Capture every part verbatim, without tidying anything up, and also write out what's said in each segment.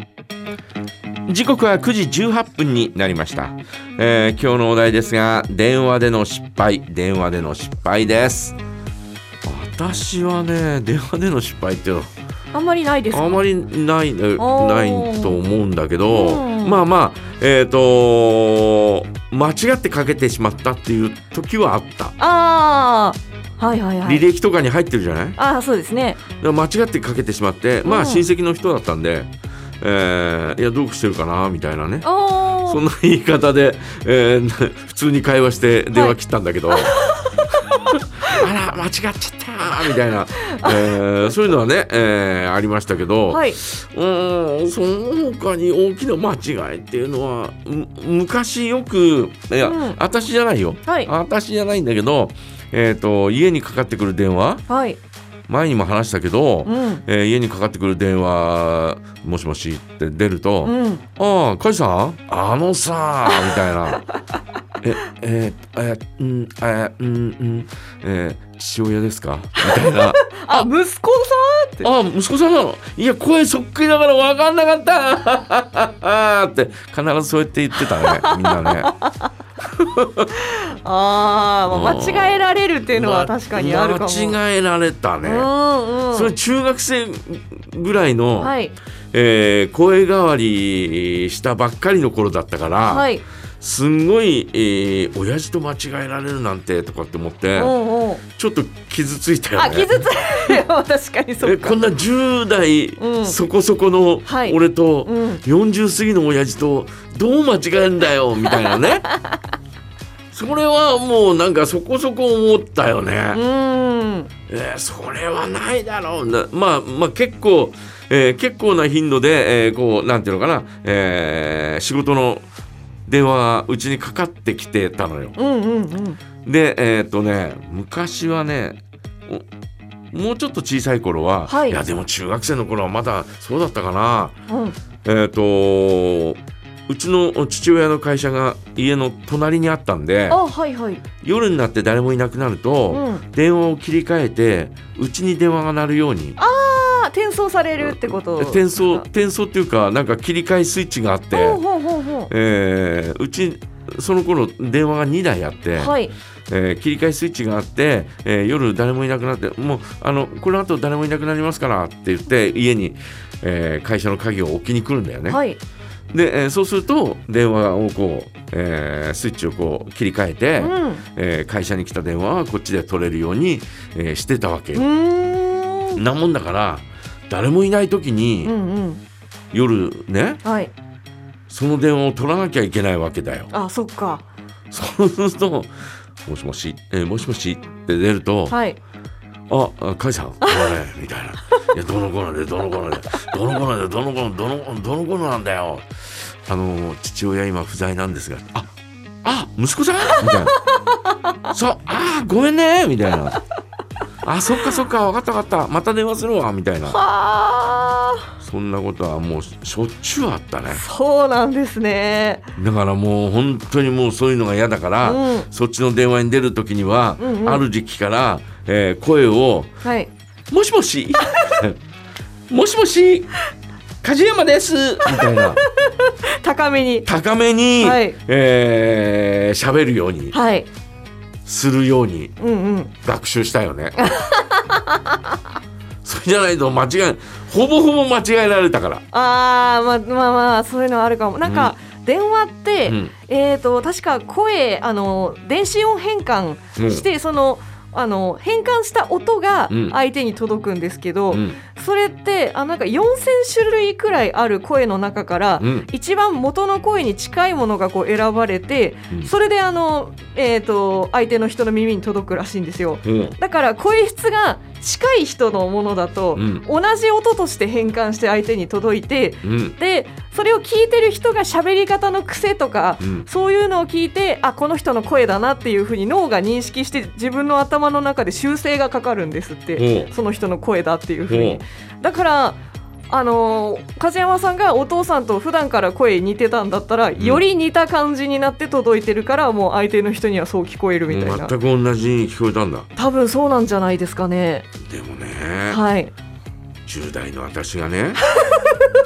時刻はくじじゅうはっぷんになりました、えー、今日のお題ですが、電話での失敗電話での失敗です。私はね、電話での失敗ってあんまりないですか？ あまりないないと思うんだけど、 うん、 まあまあえっ、ー、と間違ってかけてしまったっていう時はあった。 あー、はいはいはい、 履歴とかに入ってるじゃない。 あー、そうですね。 だから間違ってかけてしまって、まあ親戚の人だったんで、えー、いやどうしてるかなみたいなね、そんな言い方で、えー、普通に会話して電話切ったんだけど、はい、あら間違っちゃったみたいな、えー、そういうのはね、えー、ありましたけど、はい、うーんその他に大きな間違いっていうのは昔よくいや、うん、私じゃないよ、はい、私じゃないんだけど、えーと、家にかかってくる電話、はい、前にも話したけど、うん、えー、家にかかってくる電話もしもしって出ると、うん、ああカイさんあのさみたいなええー、えー、うんえー、うんうんえー、父親ですかみたいなあ息子さんって、 あ息子さんなの、いや声そっくりだから分かんなかったって必ずそうやって言ってたね、みんなねあー、間違えられるっていうのは確かにあるかも。 間違えられたね、 うんうん、それ中学生ぐらいの、はい、えー、声変わりしたばっかりの頃だったから、はい、すんごい、えー、親父と間違えられるなんてとかって思って、おうおうちょっと傷ついたよね。 あ、傷ついた確かにそうか。 こんなじゅう代そこそこの俺と、うん、よんじゅう過ぎの親父とどう間違えるんだよみたいなねそれはもうなんかそこそこ思ったよね。うん、えー、それはないだろうな、まあ、まあ結構、えー、結構な頻度で、えー、こうなんていうのかな、えー、仕事の電話がうちにかかってきてたのよ、うんうんうん、でえー、っとね昔はねもうちょっと小さい頃は、はい、いやでも中学生の頃はまだそうだったかな、うん、えー、っとうちの父親の会社が家の隣にあったんで、あ、はいはい、夜になって誰もいなくなると、うん、電話を切り替えてうちに電話が鳴るように、 あ、転送されるってこと？ 転送転送っていうかなんか切り替えスイッチがあって、ほうほうほうほう、えー、うちその頃電話がにだいあって、はい、えー、切り替えスイッチがあって、えー、夜誰もいなくなってもうあのこの後誰もいなくなりますからって言って家に、えー、会社の鍵を置きに来るんだよね、はい、で、えー、そうすると電話をこう、えー、スイッチをこう切り替えて、うん、えー、会社に来た電話はこっちで取れるように、えー、してたわけよ。うーんなもんだから誰もいない時に、うんうん、夜ね、はい、その電話を取らなきゃいけないわけだよ。 あ、そっか。 そうするともしもし、えー、もしもしって出ると、はい、あ、甲斐さん、これみたいな、いやどの子なんでどの子なんでどの子なんでどの子どのどの子なんだよ。あの父親今不在なんですが、あ、あ、息子さんみたいな、そう、あ、ごめんねみたいな、あ、そっかそっか、分かった分かった、また電話するわみたいな。はー、そんなことはもうしょっちゅうあったね。 そうなんですね。 だからもう本当にもうそういうのが嫌だから、うん、そっちの電話に出るときには、うんうん、ある時期から、えー、声を、はい、もしもしもしもし梶山ですみたいな高めに高めに、はい、えー、喋るように、はい、するように学習したよね、うんうん、それじゃないと間違いほぼほぼ間違えられたから。 あー、まあまあまあそういうのあるかも。なんか、うん、電話って、うん、えーと確か声あの電子音変換して、うん、そのあの変換した音が相手に届くんですけど、うん、それってあなんかよんせんしゅるいくらいある声の中から、うん、一番元の声に近いものがこう選ばれて、うん、それであの、えーと相手の人の耳に届くらしいんですよ、うん、だから声質が近い人のものだと、うん、同じ音として変換して相手に届いて、うん、でそれを聞いてる人が喋り方の癖とか、うん、そういうのを聞いて、あ、この人の声だなっていう風に脳が認識して自分の頭の中で修正がかかるんですって、その人の声だっていう風に。だからあのー、梶山さんがお父さんと普段から声似てたんだったら、うん、より似た感じになって届いてるから、もう相手の人にはそう聞こえるみたいな。 全く同じに聞こえたんだ。 多分そうなんじゃないですかね。 でもね、 はい、 じゅう代の私がね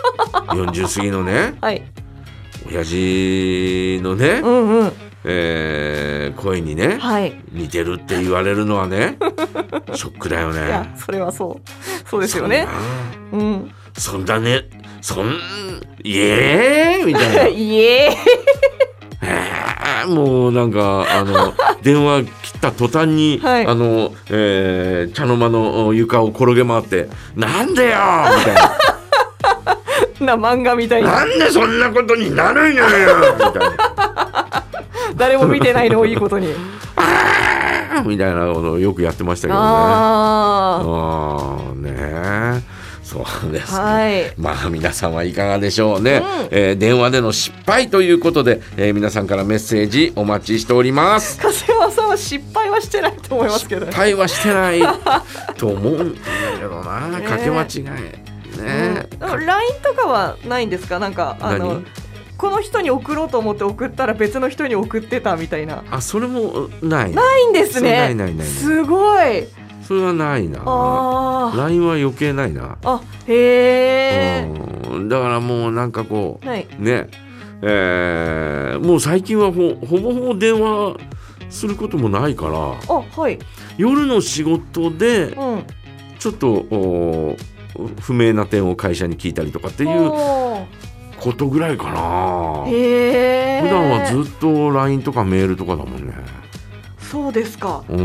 よんじゅう過ぎのね、 はい、 親父のね、 うんうん、 えー、声にね、はい、似てるって言われるのはねショックだよね。 いやそれはそうそうですよね。 そんな、うん、そんだねそんイエーイみたいなイエーイえー、もうなんかあの電話切った途端に、はい、あの、えー、茶の間の床を転げ回ってなんでよみたいなな漫画みたいな、 なんでそんなことになるんよみたいな誰も見てないのをいいことにあーみたいなのをよくやってましたけどね。ああねえそうですね、はい、まあ皆さんはいかがでしょうね、うんえー、電話での失敗ということで、えー、皆さんからメッセージお待ちしております。 柏山さんは失敗はしてないと思いますけど、 失敗はしてないと思うんだけどな、ね、かけ間違いね、 うん、ライン とかはないんですか？なんかあのこの人に送ろうと思って送ったら別の人に送ってたみたいな。 あ、それもないないんですね。 ないないないない、 すごい。 それはないな。あ ライン は余計ないな。 あ、へー、うん、だからもうなんかこう、はい、ね、えー、もう最近は ほ, ほぼほぼ電話することもないから、 あ、はい、 夜の仕事で、うん、ちょっと不明な点を会社に聞いたりとかっていうことぐらいかな。 へー、 普段はずっと ライン とかメールとかだもんね。 そうですか、 うん、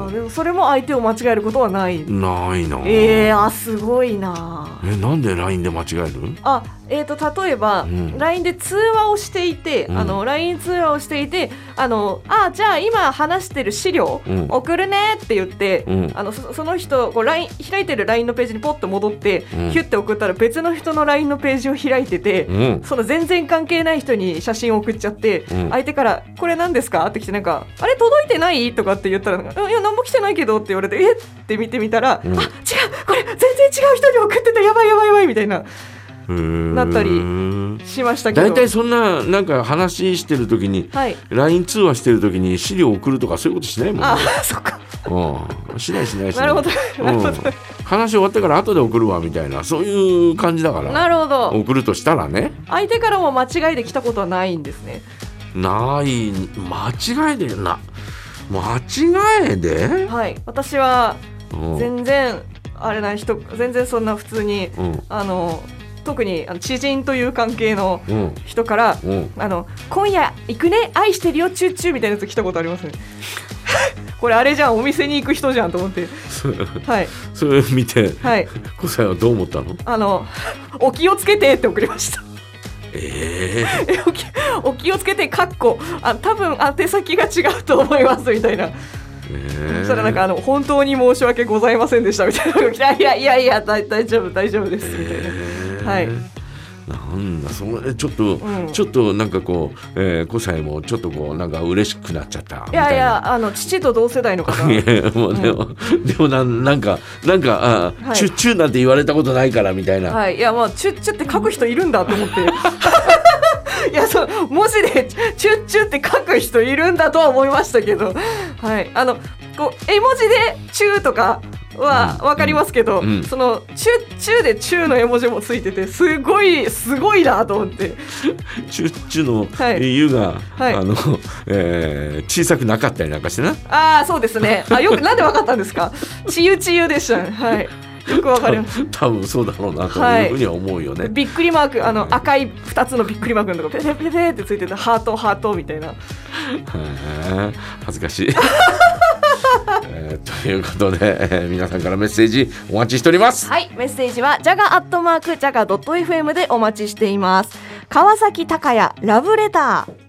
あでもそれも相手を間違えることはないないな。 えー、あすごいな。 えなんで ライン で間違える？ あ、えー、と例えば、うん、ライン で通話をしていて、うん、あの ライン 通話をしていてあのあじゃあ今話してる資料、うん、送るねって言って、うん、あの そ, その人こう ライン 開いてる ライン のページにポッと戻って、うん、ヒュッて送ったら別の人の ライン のページを開いてて、うん、その全然関係ない人に写真を送っちゃって、うん、相手からこれ何ですかって来てなんかあれ届いてないとかって言ったらいや何も来てないけどって言われてえって見てみたら、うん、あ違うこれ全然違う人に送ってたやばいやばいやばいみたいななったりしましたけど、 だいたいそんななんか話してる時に、はい、ライン 通話してる時に資料送るとかそういうことしないもんね。 あそっか、 うん、しないしないしない。 なるほど、なるほど、うん、 話終わってから後で送るわみたいなそういう感じだから。 なるほど。 送るとしたらね、 相手からも間違いで来たことはないんですね。 ない間違いでな間違いで、 はい、私は全然あれな人全然そんな普通に、うん、あの特に知人という関係の人から、うんうん、あの今夜行くね愛してるよチューチューみたいなやつ来たことありますねこれあれじゃんお店に行く人じゃんと思ってはい、 それ見て、はい、小西はどう思ったの？ あのお気をつけてって送りましたえー、お, 気お気をつけてかっこあ多分宛先が違うと思いますみたいな。えー、そしたらなんかあの本当に申し訳ございませんでしたみたいなのが来ていやいやいや大丈夫大丈夫ですみたいな、えー、はい。 なんだそれちょっと、うん、ちょっとなんかこう、えー、小西もちょっとこうなんか嬉しくなっちゃったみたいな。 いやいやあの父と同世代の方いやもうでも、うん、でもな ん, なんかなんかあ、はい、チュッチュなんて言われたことないからみたいな。 はい、いやまあチュッチュって書く人いるんだと思っていやそう文字でチュッチュって書く人いるんだとは思いましたけど、はい、あのこう絵文字でチューとかは分かりますけど、うんうん、そのチュッチュでチューの絵文字もついててすごいすごいなと思ってチュッチュの「ゆ」が、はいあのえー、小さくなかったりなんかしてな。 ああそうですね。あよくなんで分かったんですか？ちゆちゆでしたね。はいよくわかります。 多分そうだろうなというふうには思うよね。はい、 びっくりマークあの赤いふたつのびっくりマークのとこペペペペってついててハートハートみたいな。 恥ずかしい、えー、ということで、えー、皆さんからメッセージお待ちしております。 はいメッセージはジャガアットマークジャガドットエフエムでお待ちしています。川崎隆也ラブレター。